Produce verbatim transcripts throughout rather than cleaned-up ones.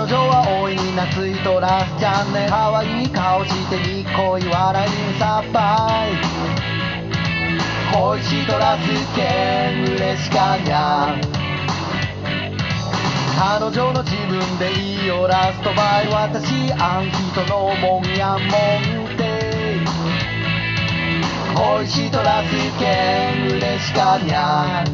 彼女は大いに懐いとらすチャンネル可愛い顔してにっこい笑いさっぱい恋しとらすけん嬉しかにゃ彼女の自分でいいよラストバイ私あん人のもんやもんて恋しとらすけん嬉しかにゃ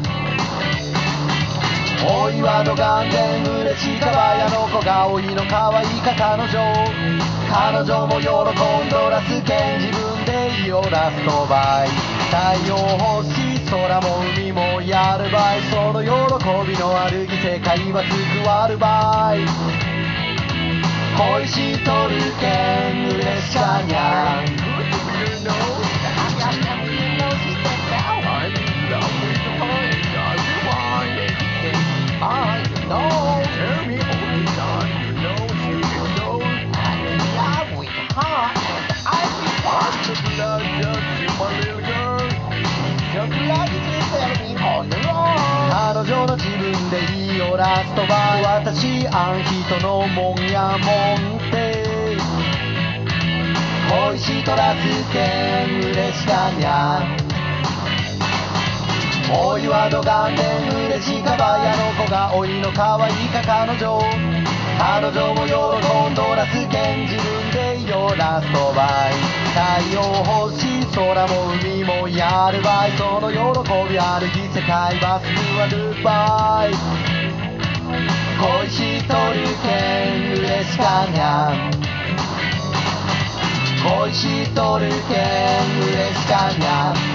おいはどがんでん嬉しかばやの子がおいの可愛いか彼女彼女も喜んどらすけん自分でいいよラストバイ太陽星空も海もやるばいその喜びのあるぎ世界は救わるばい恋しとるけん嬉しかにゃ彼女の自分でいいよラストバイ私あん人のもんやもんて恋しとらすけん嬉しかにゃおいはどがんでん嬉しかばやの子がおいの可愛いか彼女彼女も喜んどらすけん自分でいいよラストバイ太陽星空も海もやるばいその喜びあるぎ世界は救わるばい恋しとるけん嬉しかにゃ恋しとるけん嬉しかにゃ